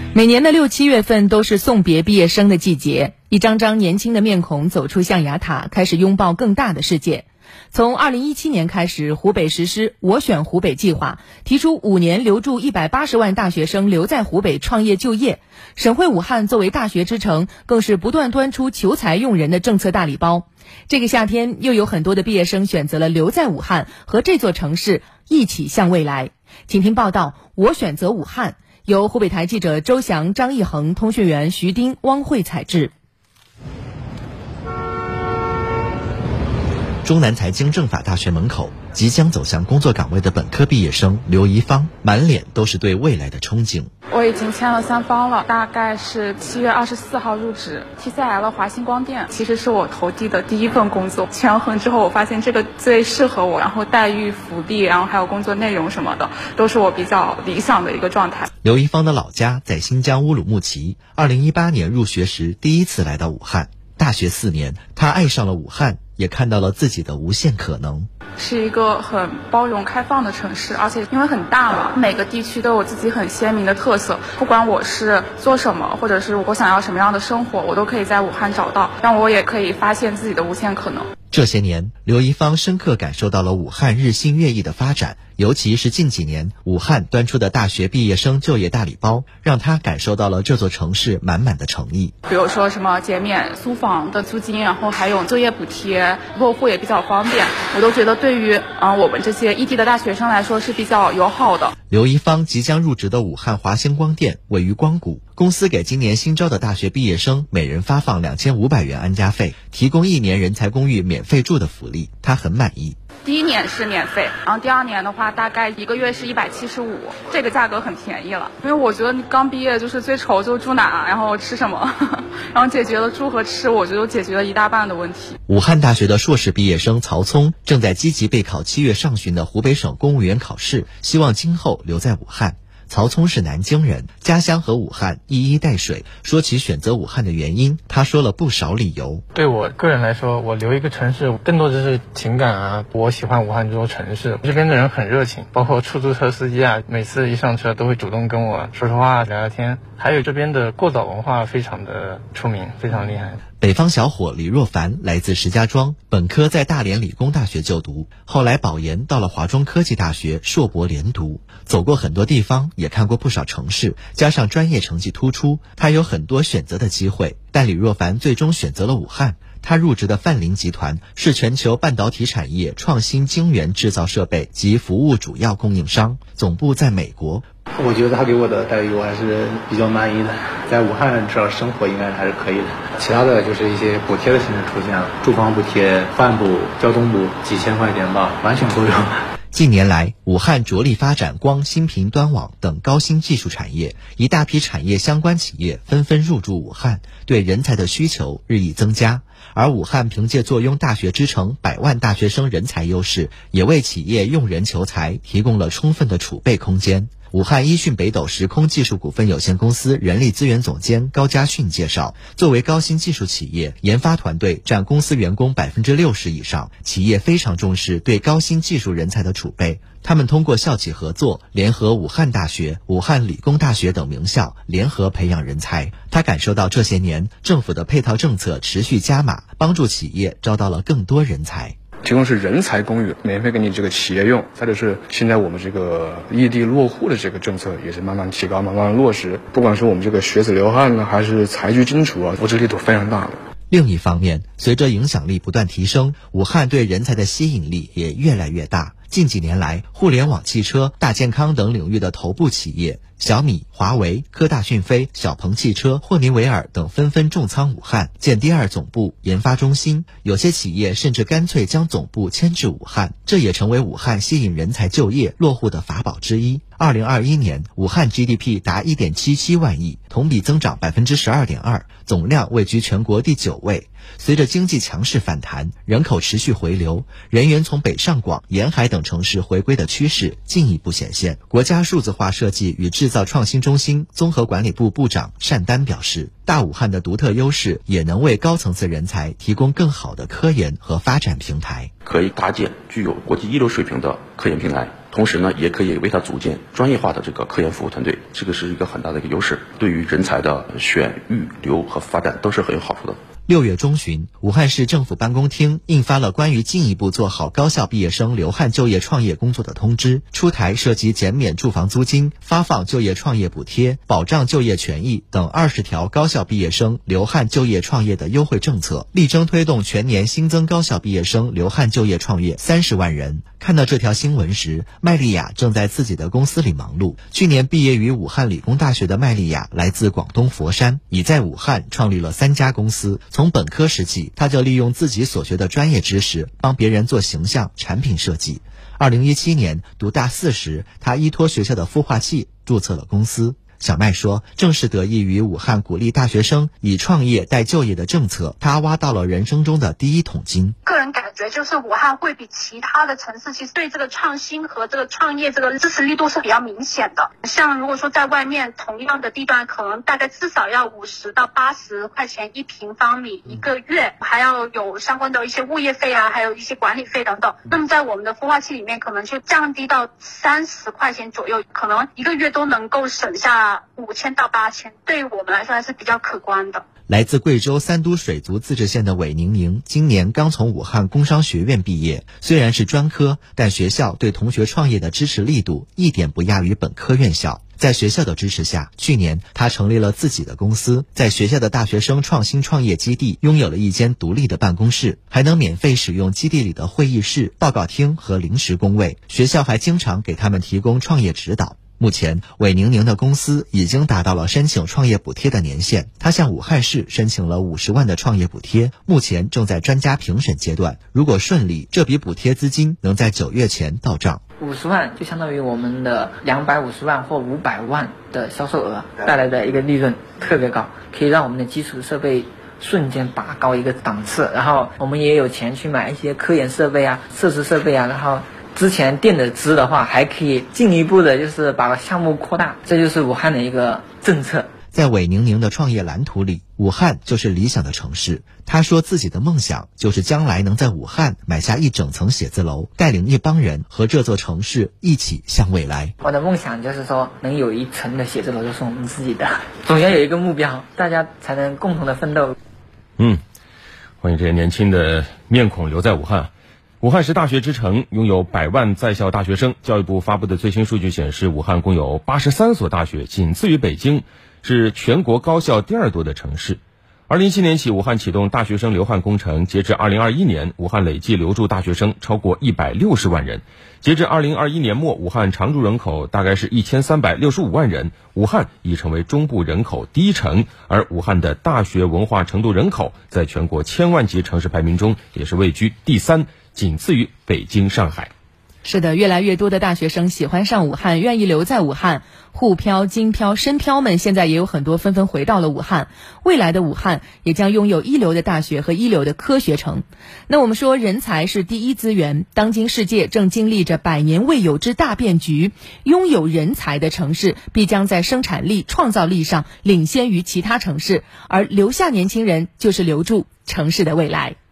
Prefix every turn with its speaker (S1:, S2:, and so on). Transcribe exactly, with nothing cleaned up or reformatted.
S1: 每年的六七月份都是送别毕业生的季节，一张张年轻的面孔走出象牙塔，开始拥抱更大的世界。从二零一七年开始，湖北实施我选湖北计划，提出五年留住一百八十万大学生留在湖北创业就业。省会武汉作为大学之城，更是不断端出求才用人的政策大礼包。这个夏天，又有很多的毕业生选择了留在武汉，和这座城市一起向未来。请听报道，我选择武汉，由湖北台记者周翔、张毅恒、通讯员徐丁、汪慧采制。
S2: 中南财经政法大学门口，即将走向工作岗位的本科毕业生刘怡芳，满脸都是对未来的憧憬。
S3: 我已经签了三方了，大概是七月二十四号入职 T C L 华星光电，其实是我投递的第一份工作。权衡之后，我发现这个最适合我，然后待遇、福利，然后还有工作内容什么的，都是我比较理想的一个状态。
S2: 刘怡芳的老家在新疆乌鲁木齐，二零一八年入学时第一次来到武汉。大学四年，她爱上了武汉，也看到了自己的无限可能。
S3: 是一个很包容开放的城市，而且因为很大嘛，每个地区都有自己很鲜明的特色。不管我是做什么，或者是我想要什么样的生活，我都可以在武汉找到，让我也可以发现自己的无限可能。
S2: 这些年，刘怡芳深刻感受到了武汉日新月异的发展，尤其是近几年武汉端出的大学毕业生就业大礼包，让她感受到了这座城市满满的诚意。
S3: 比如说什么减免租房的租金，然后还有就业补贴，落户也比较方便，我都觉得对于嗯我们这些异地的大学生来说是比较友好的。
S2: 刘怡芳即将入职的武汉华星光电位于光谷，公司给今年新招的大学毕业生每人发放两千五百元安家费，提供一年人才公寓免费住的福利，她很满意。
S3: 第一年是免费，然后第二年的话大概一个月是一百七十五，这个价格很便宜了。因为我觉得你刚毕业就是最愁就住哪，然后吃什么，然后解决了住和吃，我觉得解决了一大半的问题。
S2: 武汉大学的硕士毕业生曹聪正在积极备考七月上旬的湖北省公务员考试，希望今后留在武汉。曹聪是南京人，家乡和武汉一衣带水。说起选择武汉的原因，他说了不少理由。
S4: 对我个人来说，我留一个城市更多的是情感啊，我喜欢武汉这座城市，这边的人很热情，包括出租车司机啊，每次一上车都会主动跟我说说话聊聊天，还有这边的过早文化非常的出名，非常厉害。
S2: 北方小伙李若凡来自石家庄，本科在大连理工大学就读，后来保研到了华中科技大学硕博连读。走过很多地方，也看过不少城市，加上专业成绩突出，他有很多选择的机会。但李若凡最终选择了武汉。他入职的泛灵集团是全球半导体产业创新晶圆制造设备及服务主要供应商，总部在美国。
S5: 我觉得他给我的待遇我还是比较满意的，在武汉至少生活应该还是可以的。其他的就是一些补贴的形式出现了，住房补贴、饭补、交通补，几千块钱吧，完全够用。
S2: 近年来，武汉着力发展光芯频端网等高新技术产业，一大批产业相关企业纷纷入驻武汉，对人才的需求日益增加。而武汉凭借坐拥大学之城百万大学生人才优势，也为企业用人求才提供了充分的储备空间。武汉一讯北斗时空技术股份有限公司人力资源总监高家训介绍，作为高新技术企业，研发团队占公司员工 百分之六十 以上，企业非常重视对高新技术人才的储备。他们通过校企合作，联合武汉大学、武汉理工大学等名校，联合培养人才。他感受到这些年政府的配套政策持续加码，帮助企业招到了更多人才。
S6: 提供是人才公寓，免费给你这个企业用。再就是现在我们这个异地落户的这个政策也是慢慢提高，慢慢落实。不管是我们这个学子流汗呢，还是才聚荆楚啊，我这力度非常大的。
S2: 另一方面，随着影响力不断提升，武汉对人才的吸引力也越来越大。近几年来，互联网汽车、大健康等领域的头部企业，小米、华为、科大讯飞、小鹏汽车、霍尼韦尔等纷纷重仓武汉，建第二总部、研发中心。有些企业甚至干脆将总部迁至武汉，这也成为武汉吸引人才就业落户的法宝之一。二零二一年，武汉 G D P 达 一点七七万亿，同比增长 百分之十二点二， 总量位居全国第九位。随着经济强势反弹，人口持续回流，人员从北上广、沿海等城市回归的趋势进一步显现。国家数字化设计与制造创新中心综合管理部部长单丹表示，大武汉的独特优势也能为高层次人才提供更好的科研和发展平台，
S7: 可以搭建具有国际一流水平的科研平台， 同时呢，也可以为他组建专业化的这个科研服务团队，这个是一个很大的一个优势，对于人才的选、育、留和发展都是很有好处的。
S2: 六月中旬，武汉市政府办公厅印发了关于进一步做好高校毕业生留汉就业创业工作的通知，出台涉及减免住房租金、发放就业创业补贴、保障就业权益等二十条高校毕业生留汉就业创业的优惠政策，力争推动全年新增高校毕业生留汉就业创业三十万人。看到这条新闻时，麦丽亚正在自己的公司里忙碌。去年毕业于武汉理工大学的麦丽亚来自广东佛山，已在武汉创立了三家公司。从本科时起，他就利用自己所学的专业知识，帮别人做形象产品设计。二零一七年读大四时，他依托学校的孵化器注册了公司。小麦说，正是得益于武汉鼓励大学生以创业带就业的政策，他挖到了人生中的第一桶金。
S8: 个人感觉就是武汉会比其他的城市其实对这个创新和这个创业这个支持力度是比较明显的。像如果说在外面同样的地段，可能大概至少要五十到八十块钱一平方米一个月，还要有相关的一些物业费啊，还有一些管理费等等。那么在我们的孵化器里面，可能就降低到三十块钱左右，可能一个月都能够省下五千到八千，对于我们来说还是比较可观的。
S2: 来自贵州三都水族自治县的韦宁宁，今年刚从武汉工商学院毕业。虽然是专科，但学校对同学创业的支持力度一点不亚于本科院校。在学校的支持下，去年他成立了自己的公司，在学校的大学生创新创业基地拥有了一间独立的办公室，还能免费使用基地里的会议室、报告厅和临时工位。学校还经常给他们提供创业指导。目前，韦宁宁的公司已经达到了申请创业补贴的年限。他向武汉市申请了五十万的创业补贴，目前正在专家评审阶段。如果顺利，这笔补贴资金能在九月前到账。
S9: 五十万就相当于我们的两百五十万或五百万的销售额带来的一个利润特别高，可以让我们的基础设备瞬间拔高一个档次。然后我们也有钱去买一些科研设备啊、设施设备啊，然后之前垫的资的话，还可以进一步的就是把项目扩大，这就是武汉的一个政策。
S2: 在韦宁宁的创业蓝图里，武汉就是理想的城市。他说自己的梦想就是将来能在武汉买下一整层写字楼，带领一帮人和这座城市一起向未来。
S9: 我的梦想就是说能有一层的写字楼就是我们自己的，总要有一个目标，大家才能共同的奋斗。
S10: 嗯，欢迎这些年轻的面孔留在武汉。武汉是大学之城，拥有百万在校大学生。教育部发布的最新数据显示，武汉共有八十三所大学，仅次于北京，是全国高校第二多的城市。二零一七年起，武汉启动大学生留汉工程，截至二零二一年，武汉累计留驻大学生超过一百六十万人。截至二零二一年末，武汉常住人口大概是一千三百六十五万人，武汉已成为中部人口第一城，而武汉的大学文化程度人口在全国千万级城市排名中也是位居第三，仅次于北京、上海。
S1: 是的，越来越多的大学生喜欢上武汉，愿意留在武汉。沪漂、京漂、深漂们现在也有很多纷纷回到了武汉。未来的武汉也将拥有一流的大学和一流的科学城。那我们说人才是第一资源，当今世界正经历着百年未有之大变局，拥有人才的城市必将在生产力、创造力上领先于其他城市，而留下年轻人就是留住城市的未来。